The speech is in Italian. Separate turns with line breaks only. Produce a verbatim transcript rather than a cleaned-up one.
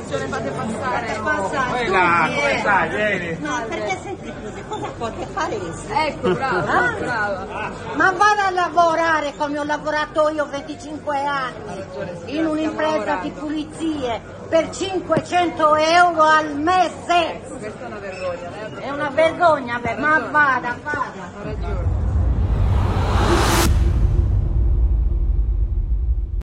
ce le fate passare?
Fate passare.
Poi
tu
là,
vieni.
come stai? Vieni.
No, perché senti, cosa potete fare?
Ecco, brava,
Ah?
brava.
Ma vado a lavorare come ho lavorato io venticinque anni in un'impresa di pulizie per cinquecento euro al mese.
Questa è una vergogna, lei ha
È una vergogna, beh, ma vada, vada.
ragione.